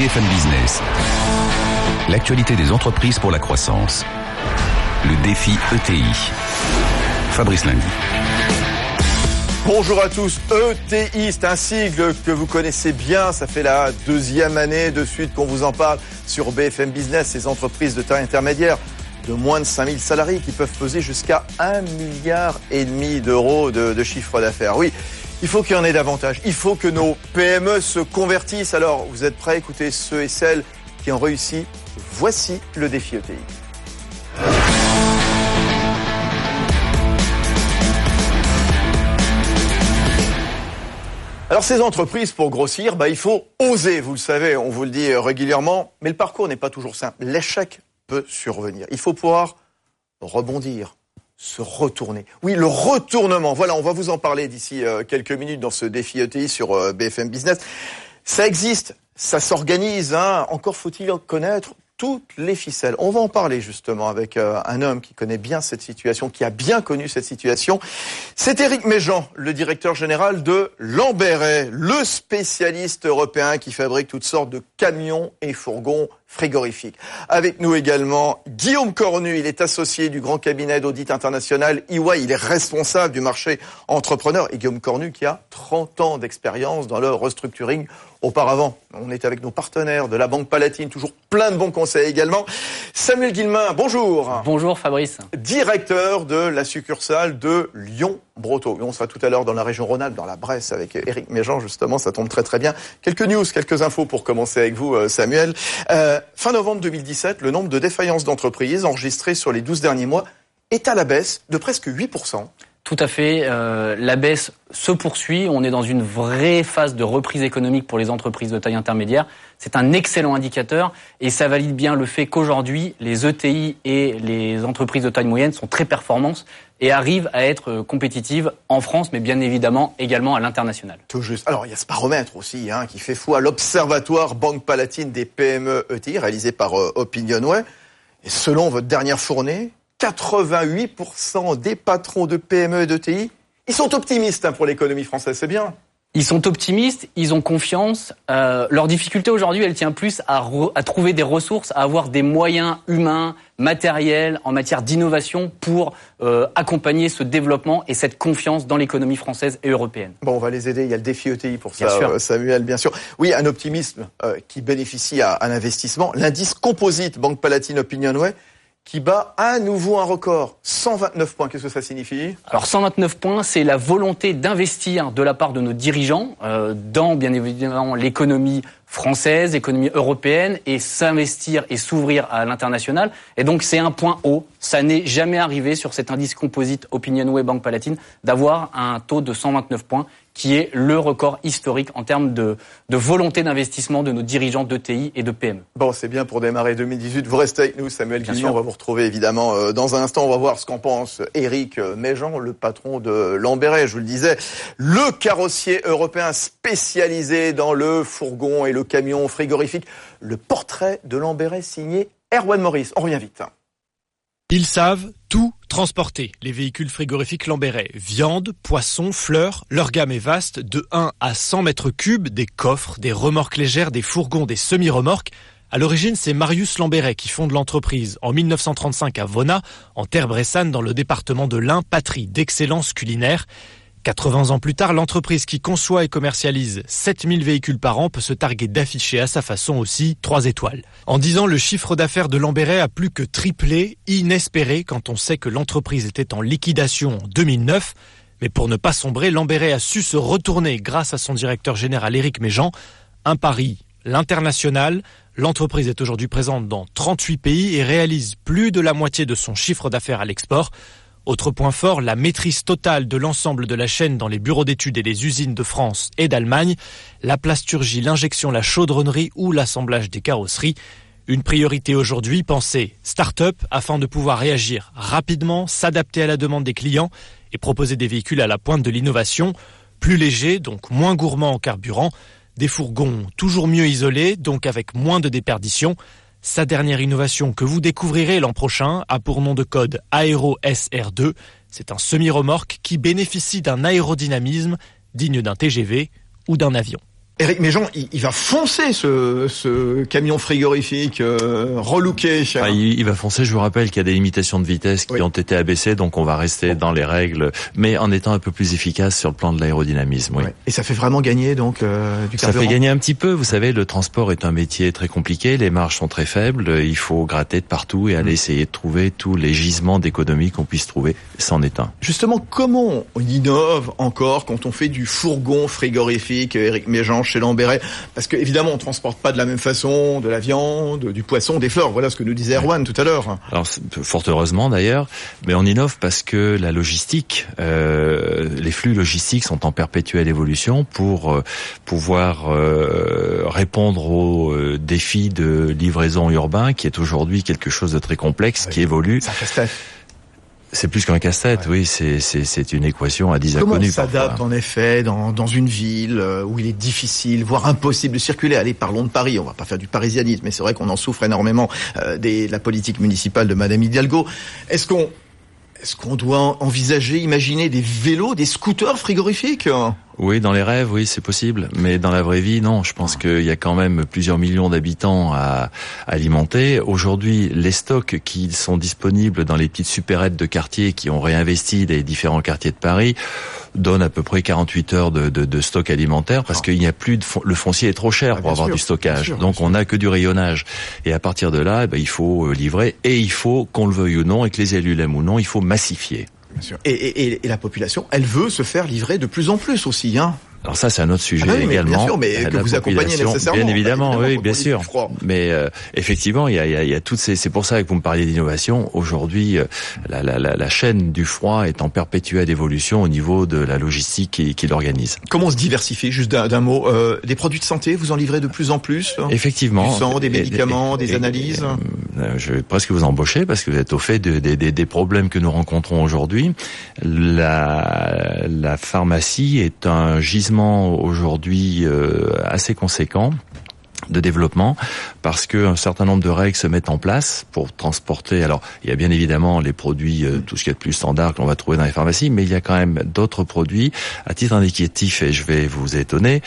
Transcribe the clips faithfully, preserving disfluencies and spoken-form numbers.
F M Business, l'actualité des entreprises pour la croissance. Le défi E T I. Fabrice Lundi. Bonjour à tous. E T I, c'est un sigle que vous connaissez bien. Ça fait la deuxième année de suite qu'on vous en parle sur B F M Business. Ces entreprises de taille intermédiaire de moins de cinq mille salariés qui peuvent peser jusqu'à un milliard et demi d'euros de, de chiffre d'affaires. Oui, il faut qu'il y en ait davantage. Il faut que nos P M E se convertissent. Alors, vous êtes prêts à écouter ceux et celles qui ont réussi? Voici le défi E T I. Alors ces entreprises, pour grossir, bah, il faut oser, vous le savez, on vous le dit régulièrement, mais le parcours n'est pas toujours simple. L'échec peut survenir. Il faut pouvoir rebondir, se retourner. Oui, le retournement, voilà, on va vous en parler d'ici euh, quelques minutes dans ce défi E T I sur euh, B F M Business. Ça existe, ça s'organise, hein. Encore faut-il connaître toutes les ficelles. On va en parler justement avec euh, un homme qui connaît bien cette situation, qui a bien connu cette situation. C'est Éric Méjean, le directeur général de Lamberet, le spécialiste européen qui fabrique toutes sortes de camions et fourgons frigorifiques. Avec nous également Guillaume Cornu, il est associé du grand cabinet d'audit international E Y, il est responsable du marché entrepreneur. Et Guillaume Cornu qui a trente ans d'expérience dans le restructuring. Auparavant, on est avec nos partenaires de la Banque Palatine, toujours plein de bons conseils également. Samuel Guillemin, bonjour. Bonjour Fabrice. Directeur de la succursale de Lyon-Brotteaux. On sera tout à l'heure dans la région Rhône-Alpes, dans la Bresse, avec Éric Méjean, justement, ça tombe très très bien. Quelques news, quelques infos pour commencer avec vous, Samuel. Euh, fin novembre deux mille dix-sept, le nombre de défaillances d'entreprises enregistrées sur les douze derniers mois est à la baisse de presque huit pour cent. Tout à fait. Euh, la baisse se poursuit. On est dans une vraie phase de reprise économique pour les entreprises de taille intermédiaire. C'est un excellent indicateur et ça valide bien le fait qu'aujourd'hui, les E T I et les entreprises de taille moyenne sont très performantes et arrivent à être compétitives en France, mais bien évidemment également à l'international. Tout juste. Alors, il y a ce baromètre aussi hein, qui fait foi, l'Observatoire Banque Palatine des P M E E T I, réalisé par euh, Opinionway. Et selon votre dernière fournée, quatre-vingt-huit pour cent des patrons de P M E et de T I, ils sont optimistes hein, pour l'économie française, c'est bien. Ils sont optimistes, ils ont confiance. Euh, leur difficulté aujourd'hui, elle tient plus à, re, à trouver des ressources, à avoir des moyens humains, matériels, en matière d'innovation pour euh, accompagner ce développement et cette confiance dans l'économie française et européenne. Bon, on va les aider. Il y a le défi E T I pour ça, euh, Samuel, bien sûr. Oui, un optimisme euh, qui bénéficie à un investissement. L'indice composite Banque Palatine Opinionway qui bat à nouveau un record, cent vingt-neuf points. Qu'est-ce que ça signifie? Alors cent vingt-neuf points, c'est la volonté d'investir de la part de nos dirigeants euh, dans, bien évidemment, l'économie française, l'économie européenne, et s'investir et s'ouvrir à l'international. Et donc c'est un point haut. Ça n'est jamais arrivé sur cet indice composite Opinionway Banque Palatine d'avoir un taux de cent vingt-neuf points, qui est le record historique en termes de, de volonté d'investissement de nos dirigeants d'E T I et de P M E. Bon, c'est bien pour démarrer deux mille dix-huit. Vous restez avec nous, Samuel Guillemin. On va vous retrouver évidemment euh, dans un instant. On va voir ce qu'en pense Éric Méjean, le patron de Lamberet. Je vous le disais, le carrossier européen spécialisé dans le fourgon et le camion frigorifique. Le portrait de Lamberet signé Erwan Maurice. On revient vite. Ils savent tout transporter, les véhicules frigorifiques Lamberet. Viande, poisson, fleurs, leur gamme est vaste, de un à cent mètres cubes, des coffres, des remorques légères, des fourgons, des semi-remorques. À l'origine, c'est Marius Lamberet qui fonde l'entreprise en mille neuf cent trente-cinq à Vona, en terre bressane dans le département de l'Ain, patrie d'excellence culinaire. quatre-vingts ans plus tard, l'entreprise qui conçoit et commercialise sept mille véhicules par an peut se targuer d'afficher à sa façon aussi trois étoiles. En dix ans, le chiffre d'affaires de Lamberet a plus que triplé, inespéré quand on sait que l'entreprise était en liquidation en deux mille neuf. Mais pour ne pas sombrer, Lamberet a su se retourner grâce à son directeur général Éric Méjean. Un pari, l'international. L'entreprise est aujourd'hui présente dans trente-huit pays et réalise plus de la moitié de son chiffre d'affaires à l'export. Autre point fort, la maîtrise totale de l'ensemble de la chaîne dans les bureaux d'études et les usines de France et d'Allemagne, la plasturgie, l'injection, la chaudronnerie ou l'assemblage des carrosseries. Une priorité aujourd'hui, penser start-up afin de pouvoir réagir rapidement, s'adapter à la demande des clients et proposer des véhicules à la pointe de l'innovation, plus légers, donc moins gourmands en carburant, des fourgons toujours mieux isolés, donc avec moins de déperdition. Sa dernière innovation que vous découvrirez l'an prochain a pour nom de code Aero S R deux. C'est un semi-remorque qui bénéficie d'un aérodynamisme digne d'un T G V ou d'un avion. Éric Méjean, il, il va foncer ce, ce camion frigorifique euh, relooké. Ah, il, il va foncer. Je vous rappelle qu'il y a des limitations de vitesse qui oui. ont été abaissées, donc on va rester bon. dans les règles, mais en étant un peu plus efficace sur le plan de l'aérodynamisme. Oui. Ouais. Et ça fait vraiment gagner donc euh, du carburant. Ça fait gagner un petit peu. Vous savez, le transport est un métier très compliqué. Les marges sont très faibles. Il faut gratter de partout et aller mmh. essayer de trouver tous les gisements d'économie qu'on puisse trouver. C'en est un. Justement, comment on innove encore quand on fait du fourgon frigorifique, Éric Méjean, chez Lamberet, parce que évidemment on transporte pas de la même façon de la viande, du poisson, des fleurs. Voilà ce que nous disait Erwan tout à l'heure. Alors fort heureusement d'ailleurs, mais on innove parce que la logistique, euh, les flux logistiques sont en perpétuelle évolution pour euh, pouvoir euh, répondre aux euh, défis de livraison urbain, qui est aujourd'hui quelque chose de très complexe, oui. qui évolue. Ça fait C'est plus qu'un casse-tête, ouais. oui, c'est, c'est, c'est une équation à dix inconnus. Comment on s'adapte en effet dans, dans une ville où il est difficile, voire impossible de circuler? Allez, parlons de Paris, on va pas faire du parisianisme, mais c'est vrai qu'on en souffre énormément euh, des, de la politique municipale de Madame Hidalgo. Est-ce qu'on, est-ce qu'on doit envisager, imaginer des vélos, des scooters frigorifiques? Oui, dans les rêves, oui, c'est possible. Mais dans la vraie vie, non. Je pense qu'il y a quand même plusieurs millions d'habitants à alimenter. Aujourd'hui, les stocks qui sont disponibles dans les petites supérettes de quartier qui ont réinvesti les différents quartiers de Paris donnent à peu près quarante-huit heures de, de, de stock alimentaire parce qu'il n'y a plus de fon- le foncier est trop cher ah, pour avoir sûr, du stockage. Sûr, Donc on n'a que du rayonnage. Et à partir de là, eh ben, il faut livrer et il faut, qu'on le veuille ou non, et que les élus l'aiment ou non, il faut massifier. Bien sûr. Et, et, et la population, elle veut se faire livrer de plus en plus aussi, hein. Alors ça, c'est un autre sujet ah oui, mais également. Bien sûr, mais que vous accompagnez nécessairement. Bien évidemment, bah, évidemment oui, bien sûr. Mais euh, effectivement, il y a, il y a, il y a toutes ces. C'est pour ça que vous me parliez d'innovation. Aujourd'hui, euh, la, la, la, la chaîne du froid est en perpétuelle évolution au niveau de la logistique qui, qui l'organise. Comment se diversifier, juste d'un, d'un mot, euh, des produits de santé, vous en livrez de plus en plus? Effectivement. Du sang, des médicaments, et, et, des analyses. Et, et, je vais presque vous embaucher parce que vous êtes au fait de, de, de, des problèmes que nous rencontrons aujourd'hui. La, la pharmacie est un gisement aujourd'hui aujourd'hui euh, assez conséquent de développement parce que un certain nombre de règles se mettent en place pour transporter. Alors, il y a bien évidemment les produits, euh, tout ce qui est de plus standard qu'on va trouver dans les pharmacies, mais il y a quand même d'autres produits. À titre indicatif, et je vais vous étonner,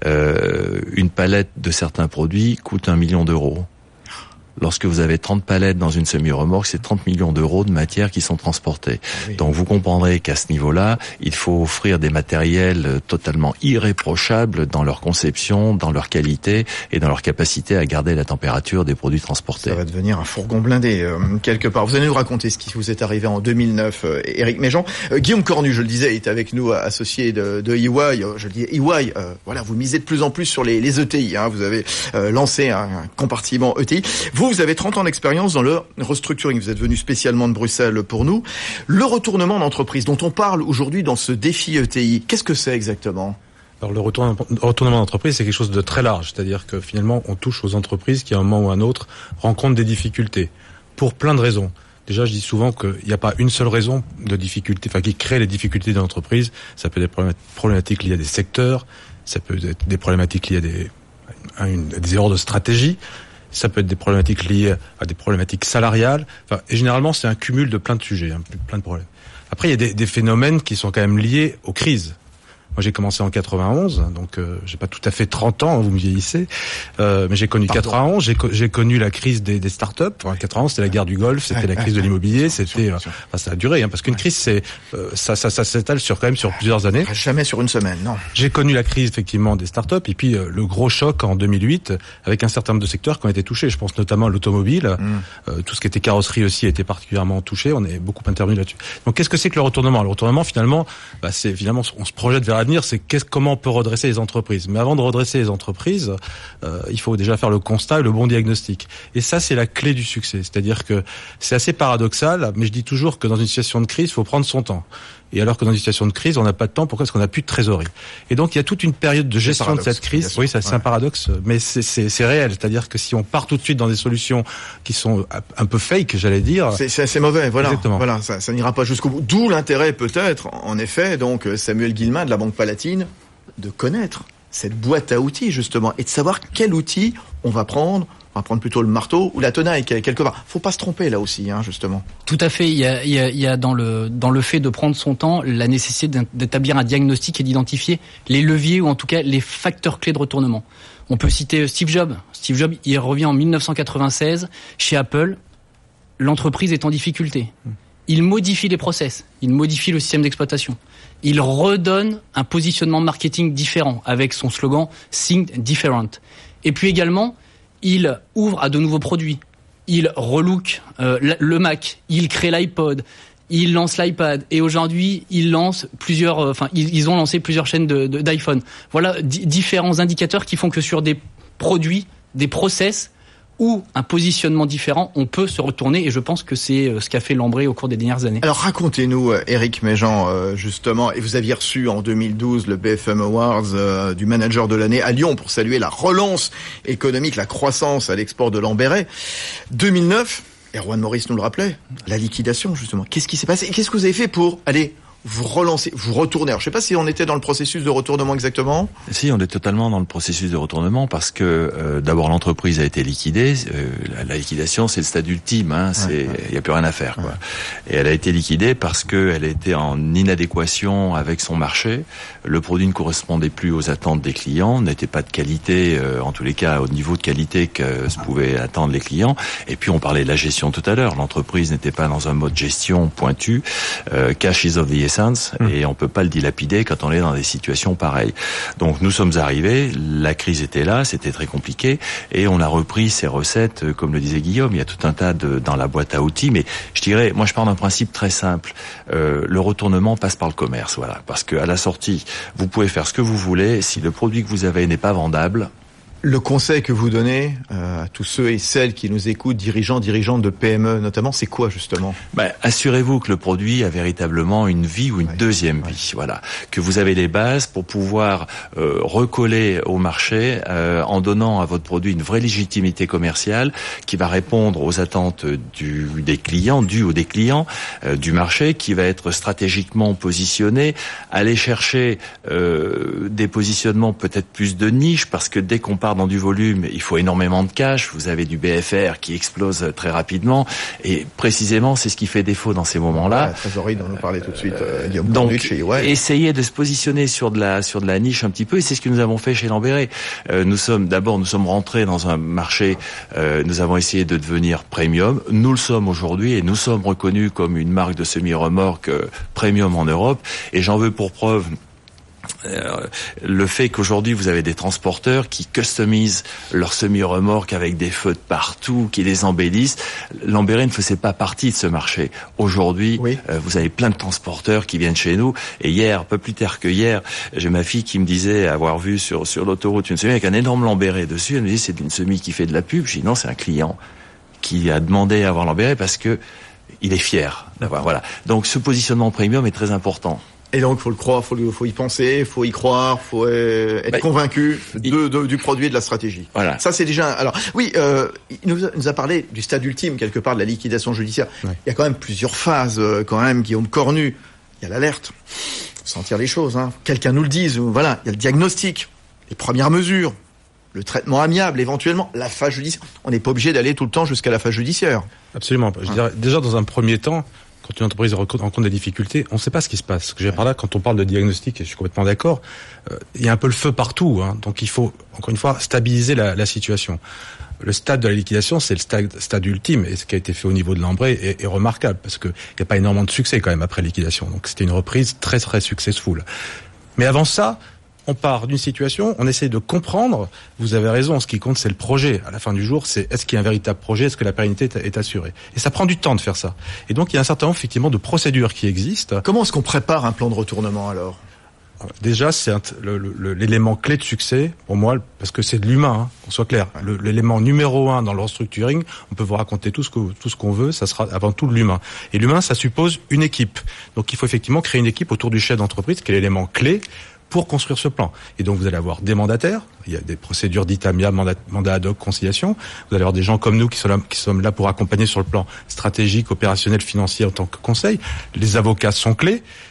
euh, une palette de certains produits coûte un million d'euros. Lorsque vous avez trente palettes dans une semi-remorque, c'est trente millions d'euros de matières qui sont transportées. Oui. Donc vous comprendrez qu'à ce niveau-là, il faut offrir des matériels totalement irréprochables dans leur conception, dans leur qualité et dans leur capacité à garder la température des produits transportés. Ça va devenir un fourgon blindé euh, quelque part. Vous allez nous raconter ce qui vous est arrivé en deux mille neuf, euh, Éric Méjean. Euh, Guillaume Cornu, je le disais, est avec nous, associé de, de E Y. Euh, je le dis E Y, euh, voilà, vous misez de plus en plus sur les, les E T I. Hein. Vous avez euh, lancé un, un compartiment E T I. Vous, vous avez trente ans d'expérience dans le restructuring. Vous êtes venu spécialement de Bruxelles pour nous. Le retournement d'entreprise dont on parle aujourd'hui dans ce défi E T I, qu'est-ce que c'est exactement ? Alors le retournement d'entreprise, c'est quelque chose de très large. C'est-à-dire que finalement, on touche aux entreprises qui, à un moment ou à un autre, rencontrent des difficultés. Pour plein de raisons. Déjà, je dis souvent qu'il n'y a pas une seule raison de difficulté, enfin, qui crée les difficultés de l'entreprise. Ça peut être des problématiques liées à des secteurs. Ça peut être des problématiques liées à des, à une, à des erreurs de stratégie. Ça peut être des problématiques liées à des problématiques salariales. Enfin, et généralement, c'est un cumul de plein de sujets, hein, plein de problèmes. Après, il y a des, des phénomènes qui sont quand même liés aux crises. Moi, j'ai commencé en quatre-vingt-onze, donc euh, j'ai pas tout à fait trente ans, hein, vous me vieillissez, euh, mais j'ai connu Pardon. quatre-vingt-onze, j'ai, co- j'ai connu la crise des, des startups. Enfin, quatre-vingt-onze, c'était la guerre du Golfe, c'était ouais, la crise ouais, de l'immobilier, c'était, euh, enfin, ça a duré, hein, parce qu'une crise, c'est, euh, ça, ça, ça s'étale sur quand même sur plusieurs années. Jamais sur une semaine, non. J'ai connu la crise effectivement des startups, et puis euh, le gros choc en deux mille huit, avec un certain nombre de secteurs qui ont été touchés. Je pense notamment à l'automobile, mm. euh, tout ce qui était carrosserie aussi a été particulièrement touché. On est beaucoup intervenu là-dessus. Donc, qu'est-ce que c'est que le retournement ? Le retournement, finalement, bah, c'est finalement, on se projette vers l'avenir. C'est qu'est-ce comment on peut redresser les entreprises. Mais avant de redresser les entreprises, euh, il faut déjà faire le constat et le bon diagnostic. Et ça, c'est la clé du succès. C'est-à-dire que c'est assez paradoxal, mais je dis toujours que dans une situation de crise, il faut prendre son temps. Et alors que dans une situation de crise, on n'a pas de temps, pourquoi est-ce qu'on n'a plus de trésorerie ? Et donc, il y a toute une période de gestion de cette crise. Oui, ça, c'est ouais. un paradoxe, mais c'est, c'est, c'est réel. C'est-à-dire que si on part tout de suite dans des solutions qui sont un peu fake, j'allais dire... C'est, c'est assez mauvais, voilà. Exactement. Voilà, ça, ça n'ira pas jusqu'au bout. D'où l'intérêt, peut-être, en effet, donc, Samuel Guillemin de la Banque Palatine, de connaître cette boîte à outils, justement, et de savoir quel outil on va prendre on va prendre plutôt le marteau ou la tenaille quelque part. Faut pas se tromper là aussi, hein, justement. Tout à fait. Il y a, il y a, il y a dans le dans le fait de prendre son temps la nécessité d'établir un diagnostic et d'identifier les leviers ou en tout cas les facteurs clés de retournement. On peut citer Steve Jobs. Steve Jobs, il revient en dix-neuf cent quatre-vingt-seize chez Apple. L'entreprise est en difficulté. Il modifie les process, il modifie le système d'exploitation. Il redonne un positionnement marketing différent avec son slogan « Think Different ». Et puis également, il ouvre à de nouveaux produits. Il relook euh, le Mac, il crée l'iPod, il lance l'iPad et aujourd'hui, il lance plusieurs, euh, enfin, ils, ils ont lancé plusieurs chaînes de, de, d'iPhone. Voilà d- différents indicateurs qui font que sur des produits, des process ou un positionnement différent, on peut se retourner et je pense que c'est ce qu'a fait Lambré au cours des dernières années. Alors racontez-nous, Éric Mejean, justement, et vous aviez reçu en deux mille douze le B F M Awards euh, du manager de l'année à Lyon pour saluer la relance économique, la croissance à l'export de Lamberey. deux mille neuf, Erwan Maurice nous le rappelait, la liquidation justement. Qu'est-ce qui s'est passé? Qu'est-ce que vous avez fait pour aller vous relancez, vous retournez. Alors, je sais pas si on était dans le processus de retournement exactement. Si, on est totalement dans le processus de retournement parce que euh, d'abord l'entreprise a été liquidée. Euh, la, la liquidation, c'est le stade ultime. Hein, c'est, il ouais, ouais. y a plus rien à faire. Quoi. Ouais. Et elle a été liquidée parce que elle était en inadéquation avec son marché. Le produit ne correspondait plus aux attentes des clients, n'était pas de qualité, euh, en tous les cas au niveau de qualité que se pouvaient attendre les clients. Et puis on parlait de la gestion tout à l'heure. L'entreprise n'était pas dans un mode gestion pointu. Euh, cash is of the essence. Et on peut pas le dilapider quand on est dans des situations pareilles. Donc nous sommes arrivés, la crise était là, c'était très compliqué, et on a repris ces recettes, comme le disait Guillaume, il y a tout un tas de dans la boîte à outils, mais je dirais, moi je pars d'un principe très simple, euh, le retournement passe par le commerce, voilà, parce que à la sortie, vous pouvez faire ce que vous voulez, si le produit que vous avez n'est pas vendable. Le conseil que vous donnez euh, à tous ceux et celles qui nous écoutent, dirigeants, dirigeantes de P M E notamment, c'est quoi justement? Ben, assurez-vous que le produit a véritablement une vie ou une ouais, deuxième ouais. vie, voilà. Que vous avez les bases pour pouvoir euh, recoller au marché euh, en donnant à votre produit une vraie légitimité commerciale qui va répondre aux attentes du, des clients, du ou des clients euh, du marché, qui va être stratégiquement positionné, aller chercher euh, des positionnements peut-être plus de niche, parce que dès qu'on part dans du volume, il faut énormément de cash, vous avez du B F R qui explose très rapidement, et précisément c'est ce qui fait défaut dans ces moments-là. Ouais, la trésorerie dont nous parlait tout de suite euh, Guillaume Donc Cornucci, chez ouais. essayez de se positionner sur de la sur de la niche un petit peu, et c'est ce que nous avons fait chez Lamberey. Euh, nous sommes d'abord nous sommes rentrés dans un marché, euh, nous avons essayé de devenir premium, nous le sommes aujourd'hui, et nous sommes reconnus comme une marque de semi-remorque euh, premium en Europe, et j'en veux pour preuve Euh, le fait qu'aujourd'hui vous avez des transporteurs qui customisent leurs semi-remorques avec des feux de partout, qui les embellissent. Lamberey ne faisait pas partie de ce marché. Aujourd'hui, oui. euh, vous avez plein de transporteurs qui viennent chez nous. Et hier, pas plus tard que hier, j'ai ma fille qui me disait avoir vu sur sur l'autoroute une semi avec un énorme Lamberey dessus. Elle me dit c'est une semi qui fait de la pub. Je dis non, c'est un client qui a demandé à avoir Lamberey parce que il est fier d'avoir. Voilà. Donc ce positionnement premium est très important. Et donc, faut le croire, faut, le, faut y penser, faut y croire, faut euh, être bah, convaincu de, il... de, du produit et de la stratégie. Voilà. Ça, c'est déjà. Alors, oui, euh, il nous a, nous a parlé du stade ultime quelque part de la liquidation judiciaire. Ouais. Il y a quand même plusieurs phases, euh, quand même, Guillaume Cornu. Il y a l'alerte, sentir les choses. Hein. Quelqu'un nous le dise. Voilà, il y a le diagnostic, les premières mesures, le traitement amiable, éventuellement, la phase judiciaire. On n'est pas obligé d'aller tout le temps jusqu'à la phase judiciaire. Absolument. Je dirais, déjà, dans un premier temps, quand une entreprise rencontre des difficultés, on ne sait pas ce qui se passe. Ce que j'ai par là, quand on parle de diagnostic, et je suis complètement d'accord, euh, il y a un peu le feu partout. Hein, donc il faut, encore une fois, stabiliser la, la situation. Le stade de la liquidation, c'est le stade, stade ultime, et ce qui a été fait au niveau de Lamberey est, est remarquable, parce qu'il n'y a pas énormément de succès quand même après la liquidation. Donc c'était une reprise très très successful. Mais avant ça, on part d'une situation, on essaie de comprendre. Vous avez raison, ce qui compte, c'est le projet. À la fin du jour, c'est est-ce qu'il y a un véritable projet, est-ce que la pérennité est assurée. Et ça prend du temps de faire ça. Et donc, il y a un certain nombre, effectivement, de procédures qui existent. Comment est-ce qu'on prépare un plan de retournement, alors ? Déjà, c'est un, le, le, l'élément clé de succès, pour moi, parce que c'est de l'humain, hein, qu'on soit clair. Le, l'élément numéro un dans le restructuring, on peut vous raconter tout ce, que, tout ce qu'on veut, ça sera avant tout de l'humain. Et l'humain, ça suppose une équipe. Donc, il faut effectivement créer une équipe autour du chef d'entreprise, qui est l'élément clé pour construire ce plan. Et donc, vous allez avoir des mandataires. Il y a des procédures dites amiables, mandat, mandat ad hoc, conciliation. Vous allez avoir des gens comme nous qui sont là, qui sont là pour accompagner sur le plan stratégique, opérationnel, financier en tant que conseil. Les avocats sont clés.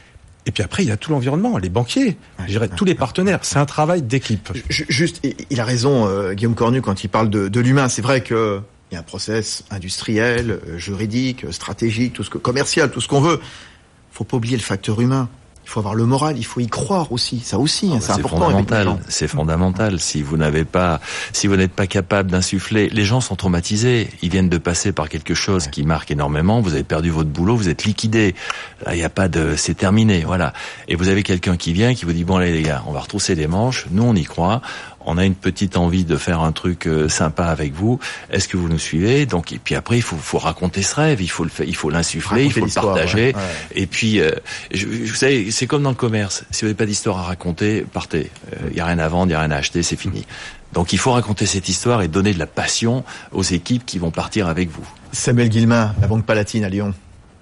Et puis après, il y a tout l'environnement, les banquiers, je dirais, tous les partenaires. C'est un travail d'équipe. Juste, il a raison, euh, Guillaume Cornu, quand il parle de, de l'humain. C'est vrai que il y a un process industriel, juridique, stratégique, tout ce que commercial, tout ce qu'on veut. Faut pas oublier le facteur humain. Il faut avoir le moral, il faut y croire aussi. Ça aussi, oh, hein, bah, c'est, c'est important. Fondamental. C'est fondamental. Si vous n'avez pas, si vous n'êtes pas capable d'insuffler, les gens sont traumatisés. Ils viennent de passer par quelque chose ouais. qui marque énormément. Vous avez perdu votre boulot, vous êtes liquidé. Là, il n'y a pas de, c'est terminé, voilà. Et vous avez quelqu'un qui vient, qui vous dit bon allez les gars, on va retrousser les manches. Nous on y croit. On a une petite envie de faire un truc sympa avec vous. Est-ce que vous nous suivez? Donc et puis après il faut, faut raconter ce rêve, il faut le faire, il faut l'insuffler, raconter il faut le partager. Ouais, ouais. Et puis euh, je, vous savez, c'est comme dans le commerce. Si vous n'avez pas d'histoire à raconter, partez. Il euh, y a rien à vendre, il y a rien à acheter, c'est fini. Donc il faut raconter cette histoire et donner de la passion aux équipes qui vont partir avec vous. Samuel Guillemin, la Banque Palatine à Lyon.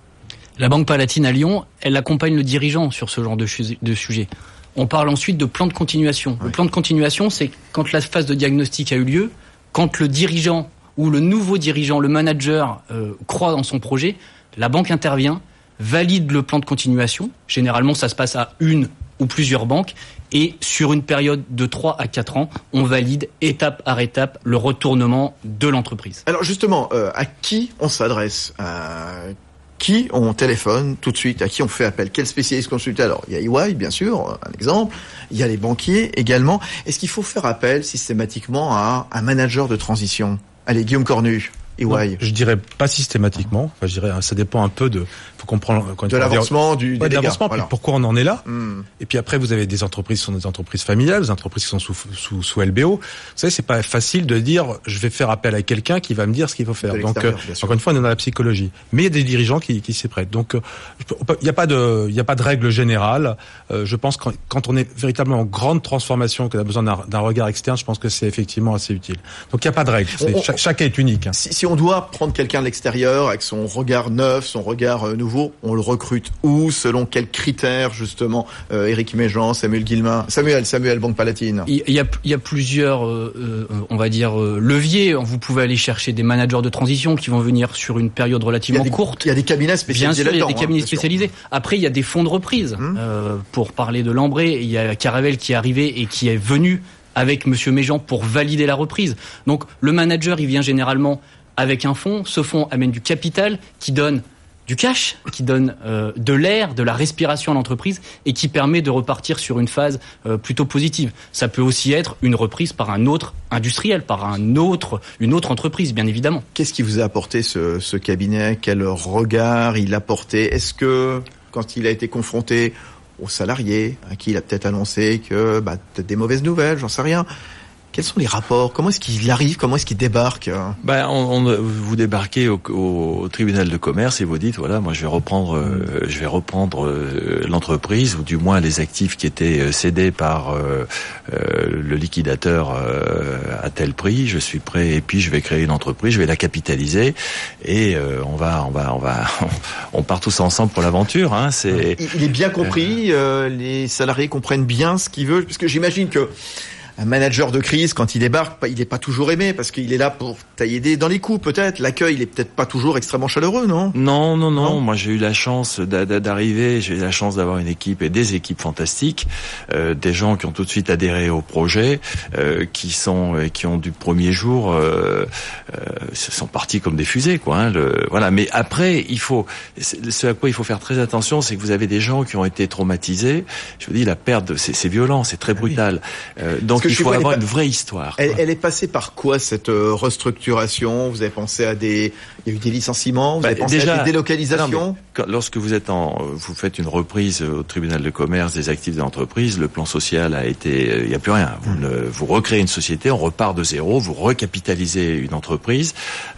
La Banque Palatine à Lyon, elle accompagne le dirigeant sur ce genre de, ch- de sujet. On parle ensuite de plan de continuation. Oui. Le plan de continuation, c'est quand la phase de diagnostic a eu lieu, quand le dirigeant ou le nouveau dirigeant, le manager, euh, croit dans son projet, la banque intervient, valide le plan de continuation. Généralement, ça se passe à une ou plusieurs banques. Et sur une période de trois à quatre ans, on valide étape par étape le retournement de l'entreprise. Alors justement, euh, à qui on s'adresse à... Qui on téléphone tout de suite, à qui on fait appel, quel spécialiste consulter? Alors, il y a E Y, bien sûr, un exemple. Il y a les banquiers également. Est-ce qu'il faut faire appel systématiquement à un manager de transition? Allez, Guillaume Cornu, E Y. Non, je dirais pas systématiquement. Enfin, je dirais, ça dépend un peu de, faut comprendre, de l'avancement du, ouais, des de l'avancement, voilà. Pourquoi on en est là. Mm. Et puis après, vous avez des entreprises qui sont des entreprises familiales, des entreprises qui sont sous, sous, sous L B O. Vous savez, c'est pas facile de dire, je vais faire appel à quelqu'un qui va me dire ce qu'il faut faire. Donc, euh, encore une fois, on est dans la psychologie. Mais il y a des dirigeants qui, qui s'y prêtent. Donc, euh, il n'y a pas de, il n'y a pas de règle générale. Euh, je pense que quand, quand on est véritablement en grande transformation, qu'on a besoin d'un, d'un regard externe, je pense que c'est effectivement assez utile. Donc, il n'y a pas de règle. C'est, on, chaque, chacun est unique. Hein. Si, si on doit prendre quelqu'un de l'extérieur avec son regard neuf, son regard euh, nouveau, on le recrute où, selon quels critères, justement, euh, Éric Méjean, Samuel Guillemin, Samuel, Samuel, Banque Palatine. Il y a, il y a plusieurs, euh, euh, on va dire, euh, leviers. Vous pouvez aller chercher des managers de transition qui vont venir sur une période relativement il des, courte. Il y a des cabinets spécialisés là-dedans. Bien sûr, il y a des cabinets hein, spécialisés. Après, il y a des fonds de reprise. Hum. Euh, pour parler de Lambré, il y a Caravel qui est arrivé et qui est venu avec Monsieur Méjean pour valider la reprise. Donc, le manager, il vient généralement avec un fonds. Ce fonds amène du capital qui donne du cash, qui donne euh, de l'air, de la respiration à l'entreprise et qui permet de repartir sur une phase euh, plutôt positive. Ça peut aussi être une reprise par un autre industriel, par un autre, une autre entreprise, bien évidemment. Qu'est-ce qui vous a apporté ce, ce cabinet? Quel regard il a porté? Est-ce que, quand il a été confronté aux salariés, à qui il a peut-être annoncé que bah, peut-être des mauvaises nouvelles, j'en sais rien, quels sont les rapports? Comment est-ce qu'il arrive? Comment est-ce qu'il débarque? Ben, on, on, vous débarquez au, au, au tribunal de commerce et vous dites voilà, moi je vais reprendre, euh, je vais reprendre euh, l'entreprise ou du moins les actifs qui étaient cédés par euh, euh, le liquidateur euh, à tel prix. Je suis prêt et puis je vais créer une entreprise, je vais la capitaliser et euh, on va, on va, on va, on part tous ensemble pour l'aventure. Hein, c'est. Il est bien compris. Euh, les salariés comprennent bien ce qu'ils veulent, parce que j'imagine que un manager de crise, quand il débarque, il n'est pas toujours aimé parce qu'il est là pour tailler des dans les coups, peut-être. L'accueil, il est peut-être pas toujours extrêmement chaleureux, non? Non, non, non. non Moi, j'ai eu la chance d'arriver, j'ai eu la chance d'avoir une équipe et des équipes fantastiques, euh, des gens qui ont tout de suite adhéré au projet, euh, qui sont, euh, qui ont du premier jour, euh, euh, sont partis comme des fusées, quoi. Hein, le, voilà. Mais après, il faut, ce à quoi il faut faire très attention, c'est que vous avez des gens qui ont été traumatisés. Je vous dis, la perte, c'est violent, c'est très brutal. Ah oui. euh, donc il faut avoir une vraie histoire. Elle, elle est passée par quoi, cette euh, restructuration? Vous avez pensé à des, il y a eu des licenciements, vous bah, avez pensé déjà, à des délocalisations? Non, quand, lorsque vous êtes en, vous faites une reprise au tribunal de commerce des actifs de l'entreprise, le plan social a été, il n'y a plus rien. Vous, mmh. ne, vous recréez une société, on repart de zéro, vous recapitalisez une entreprise,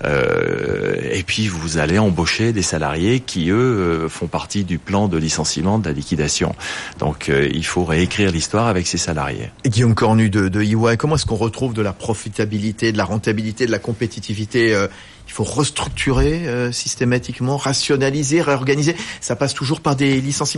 euh, et puis vous allez embaucher des salariés qui eux font partie du plan de licenciement, de la liquidation. Donc euh, il faut réécrire l'histoire avec ces salariés. Et Guillaume Cornu de, de E Y, comment est-ce qu'on retrouve de la profitabilité, de la rentabilité, de la compétitivité? euh, Il faut restructurer euh, systématiquement, rationaliser, réorganiser. Ça passe toujours par des licenciements.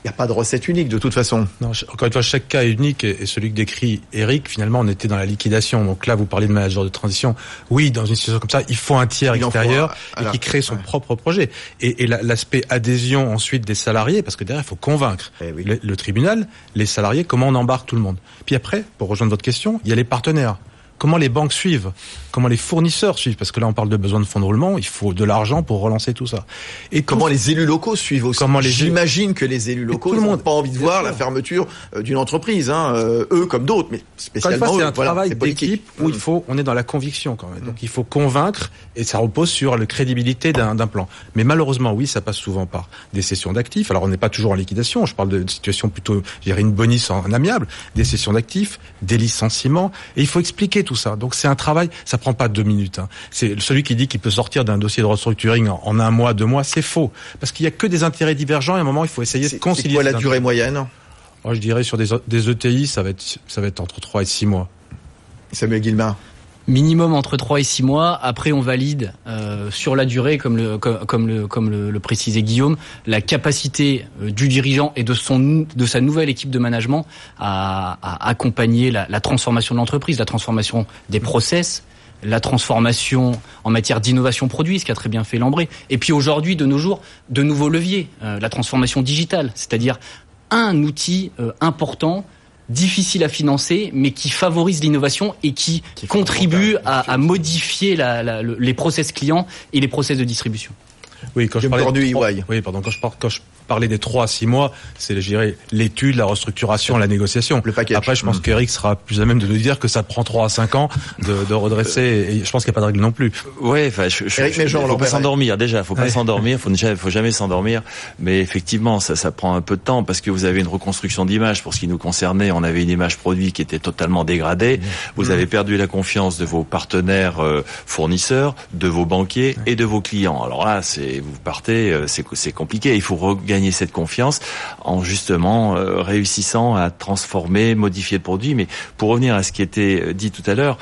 Il n'y a pas de recette unique de toute façon. Non, encore une fois, chaque cas est unique et celui que décrit Eric, finalement, on était dans la liquidation. Donc là, vous parlez de manager de transition. Oui, dans une situation comme ça, il faut un tiers il extérieur un, et qui crée son ouais. propre projet. Et, et la, l'aspect adhésion ensuite des salariés, parce que derrière, il faut convaincre eh oui. le, le tribunal, les salariés, comment on embarque tout le monde. Puis après, pour rejoindre votre question, il y a les partenaires. Comment les banques suivent, comment les fournisseurs suivent, parce que là on parle de besoin de fonds de roulement, il faut de l'argent pour relancer tout ça. Et comment tout... les élus locaux suivent aussi. Comment les... J'imagine que les élus locaux n'ont pas envie de voir sûr. la fermeture d'une entreprise, hein, euh, eux comme d'autres, mais spécialement fois, eux. C'est un voilà, travail c'est d'équipe où mmh. il faut, on est dans la conviction quand même. Donc il faut convaincre et ça repose sur la crédibilité d'un, d'un plan. Mais malheureusement, oui, ça passe souvent par des cessions d'actifs. Alors on n'est pas toujours en liquidation, je parle de situation plutôt, je dirais une bonus en amiable, des cessions d'actifs, des licenciements, et il faut expliquer tout ça. Donc c'est un travail, ça prend pas deux minutes. Hein. C'est celui qui dit qu'il peut sortir d'un dossier de restructuring en, en un mois, deux mois, c'est faux. Parce qu'il y a que des intérêts divergents et à un moment, il faut essayer c'est, de concilier. C'est quoi la durée moyenne ? Moi, je dirais sur des, des E T I, ça va être, ça va être entre trois et six mois. Samuel Guillemard. Minimum entre trois et six mois. Après, on valide euh, sur la durée, comme le comme, comme le comme le, le précisait Guillaume, la capacité euh, du dirigeant et de son de sa nouvelle équipe de management à, à accompagner la, la transformation de l'entreprise, la transformation des process, la transformation en matière d'innovation produit, ce qu'a très bien fait Lambré. Et puis aujourd'hui, de nos jours, de nouveaux leviers, euh, la transformation digitale, c'est-à-dire un outil euh, important, difficile à financer, mais qui favorise l'innovation et qui, qui contribue à, à modifier la, la, le, les process clients et les process de distribution. Oui, quand je parlais de trois, oui, pardon, quand je, par, quand je parlais des trois à six mois, c'est, je dirais, l'étude, la restructuration, la négociation. Le package. Après, je pense mmh. qu'Eric sera plus à même de nous dire que ça prend trois à cinq ans de, de redresser, et je pense qu'il n'y a pas de règle non plus. Ouais, enfin, je, je, Eric je, Méjean, faut pas s'endormir, déjà, faut pas ouais. s'endormir, faut ne faut jamais s'endormir, mais effectivement, ça, ça prend un peu de temps, parce que vous avez une reconstruction d'image. Pour ce qui nous concernait, on avait une image produit qui était totalement dégradée. Mmh. Vous mmh. avez perdu la confiance de vos partenaires euh, fournisseurs, de vos banquiers mmh. et de vos clients. Alors là, c'est, vous partez, c'est, c'est compliqué. Il faut regagner cette confiance en justement euh, réussissant à transformer, modifier le produit. Mais pour revenir à ce qui était dit tout à l'heure,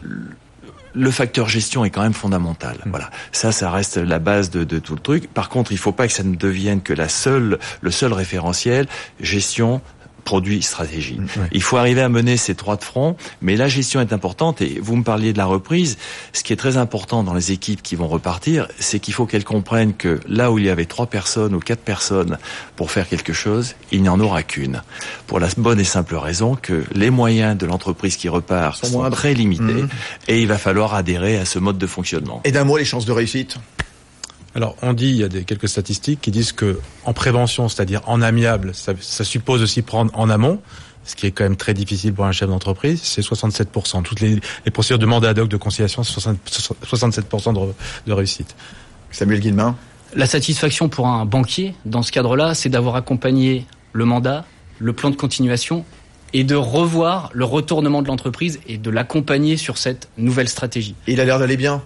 le facteur gestion est quand même fondamental. Mmh. Voilà, ça, ça reste la base de, de tout le truc. Par contre, il ne faut pas que ça ne devienne que la seule, le seul référentiel gestion. Produit, stratégie. Ouais. Il faut arriver à mener ces trois de front, mais la gestion est importante et vous me parliez de la reprise. Ce qui est très important dans les équipes qui vont repartir, c'est qu'il faut qu'elles comprennent que là où il y avait trois personnes ou quatre personnes pour faire quelque chose, il n'y en aura qu'une. Pour la bonne et simple raison que les moyens de l'entreprise qui repart sont, sont très limités mmh. et il va falloir adhérer à ce mode de fonctionnement. Et d'un mot, les chances de réussite ? Alors, on dit, il y a des, quelques statistiques qui disent que en prévention, c'est-à-dire en amiable, ça, ça suppose aussi prendre en amont, ce qui est quand même très difficile pour un chef d'entreprise, c'est soixante-sept pour cent. Toutes les, les procédures de mandat ad hoc de conciliation, c'est soixante-sept pour cent de, de réussite. Samuel Guillemard. La satisfaction pour un banquier, dans ce cadre-là, c'est d'avoir accompagné le mandat, le plan de continuation, et de revoir le retournement de l'entreprise et de l'accompagner sur cette nouvelle stratégie. Et il a l'air d'aller bien.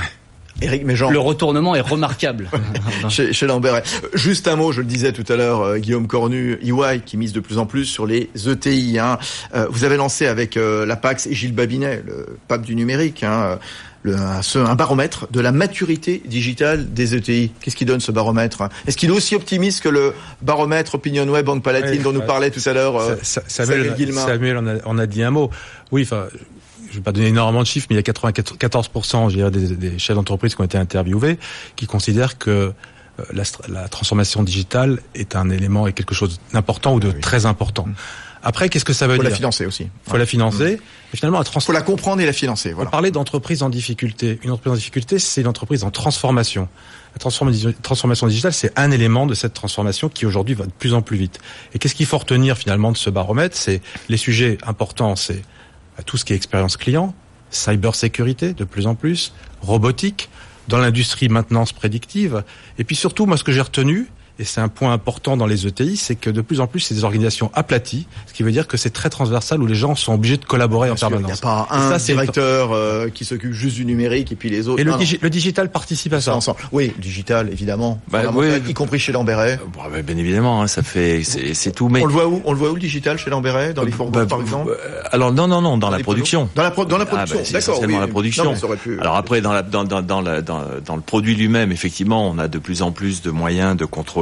Eric Méjean. Le retournement est remarquable. chez, chez Lamberret. Juste un mot, je le disais tout à l'heure, euh, Guillaume Cornu, E Y, qui mise de plus en plus sur les E T I. Hein. Euh, vous avez lancé avec euh, la Pax et Gilles Babinet, le pape du numérique, hein, le, un, un baromètre de la maturité digitale des E T I. Qu'est-ce qu'il donne ce baromètre ? Est-ce qu'il est aussi optimiste que le baromètre OpinionWay Banque Palatine ouais, dont nous parlait tout à l'heure euh, ça, ça, Samuel, Samuel, Samuel on, a, on a dit un mot. Oui, enfin... Je ne vais pas donner énormément de chiffres, mais il y a quatre-vingt-quatorze pour cent je dirais, des, des chefs d'entreprise qui ont été interviewés qui considèrent que la, la transformation digitale est un élément et quelque chose d'important ou de oui. très important. Mmh. Après, qu'est-ce que ça veut faut dire ? Il faut la financer aussi. Il faut ouais. la financer. Mmh. Et finalement, la trans- faut la comprendre et la financer. Voilà. On parlait d'entreprise en difficulté. Une entreprise en difficulté, c'est une entreprise en transformation. La transformation digitale, c'est un élément de cette transformation qui aujourd'hui va de plus en plus vite. Et qu'est-ce qu'il faut retenir finalement de ce baromètre ? C'est les sujets importants, c'est tout ce qui est expérience client, cybersécurité de plus en plus, robotique, dans l'industrie maintenance prédictive. Et puis surtout, moi ce que j'ai retenu, et c'est un point important dans les E T I, c'est que de plus en plus c'est des organisations aplaties, ce qui veut dire que c'est très transversal où les gens sont obligés de collaborer Bien en sûr, permanence. Il n'y a pas un ça, directeur euh, qui s'occupe juste du numérique et puis les autres. Et le, non, digi- non. le digital participe à ça. Ensemble. Oui, digital évidemment, bah, oui. y compris chez Lamberret. Bon, bah, bien évidemment, hein, ça fait c'est, c'est tout. Mais on le voit où On le voit où le digital chez Lamberret, dans les fourgons bah, par exemple. Euh, alors non non non dans, dans la production. Dans la pro- dans la production. Ah, bah, d'accord. Essentiellement oui, la production. Non, mais ça aurait pu, alors après dans la dans dans dans, la, dans dans le produit lui-même, effectivement, on a de plus en plus de moyens de contrôler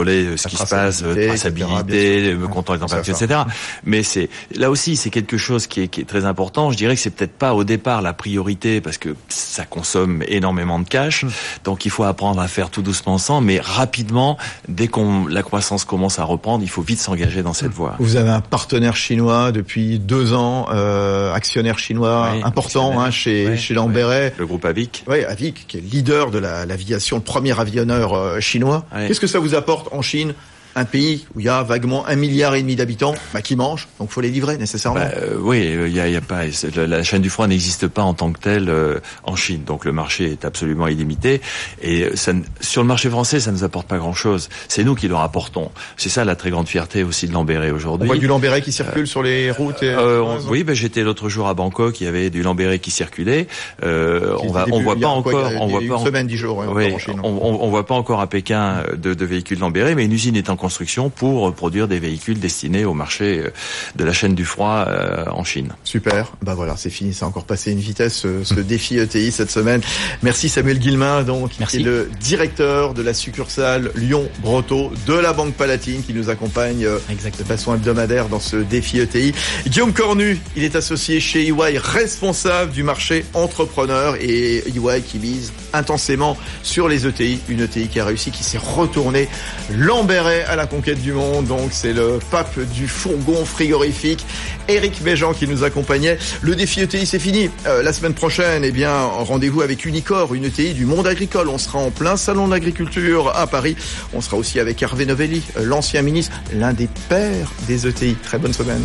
contrôler ce qui se passe, traçabilité, le contrôle des températures, et cetera. Mais c'est là aussi, c'est quelque chose qui est, qui est très important. Je dirais que c'est peut-être pas au départ la priorité parce que ça consomme énormément de cash. Mmh. Donc il faut apprendre à faire tout doucement sans, mais rapidement, dès qu'on la croissance commence à reprendre, il faut vite s'engager dans cette voie. Vous avez un partenaire chinois depuis deux ans, euh, actionnaire chinois oui, important actionnaire. Hein, chez oui, chez Lamberet. Oui. Le groupe Avic. Oui, Avic, qui est leader de la, l'aviation, le premier avionneur euh, chinois. Oui. Qu'est-ce que ça vous apporte en Chine ? Un pays où il y a vaguement un milliard et demi d'habitants, bah, qui mangent, donc faut les livrer nécessairement. Bah, euh, oui, il y a, y a pas la chaîne du froid n'existe pas en tant que telle euh, en Chine, donc le marché est absolument illimité. Et ça, sur le marché français, ça ne nous apporte pas grand-chose. C'est nous qui leur apportons. C'est ça la très grande fierté aussi de Lamberet aujourd'hui. On voit du Lamberet qui circule euh, sur les routes. Et... Euh, on, oui, ben bah, j'étais l'autre jour à Bangkok, il y avait du Lamberet qui circulait. Euh, on va, on voit pas encore, on voit pas une semaine, dix jours, hein, oui, en Chine. On, on, on voit pas encore à Pékin de, de véhicules Lamberet, mais une usine est en construction pour produire des véhicules destinés au marché de la chaîne du froid euh, en Chine. Super. Bah voilà, c'est fini. Ça a encore passé une vitesse, ce, ce défi E T I cette semaine. Merci Samuel Guillemin, donc, Merci. qui est le directeur de la succursale Lyon-Brotteaux de la Banque Palatine, qui nous accompagne euh, de façon hebdomadaire dans ce défi E T I. Guillaume Cornu, il est associé chez E Y, responsable du marché entrepreneur, et E Y qui mise intensément sur les E T I. Une E T I qui a réussi, qui s'est retournée. Lamberet à la conquête du monde, donc c'est le pape du fourgon frigorifique, Éric Méjean, qui nous accompagnait. Le défi E T I, c'est fini. Euh, la semaine prochaine, eh bien, rendez-vous avec Unicor, une E T I du monde agricole. On sera en plein salon de l'agriculture à Paris. On sera aussi avec Hervé Novelli, l'ancien ministre, l'un des pères des E T I. Très bonne semaine.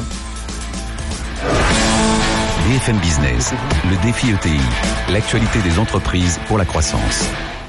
B F M Business, le défi E T I, l'actualité des entreprises pour la croissance.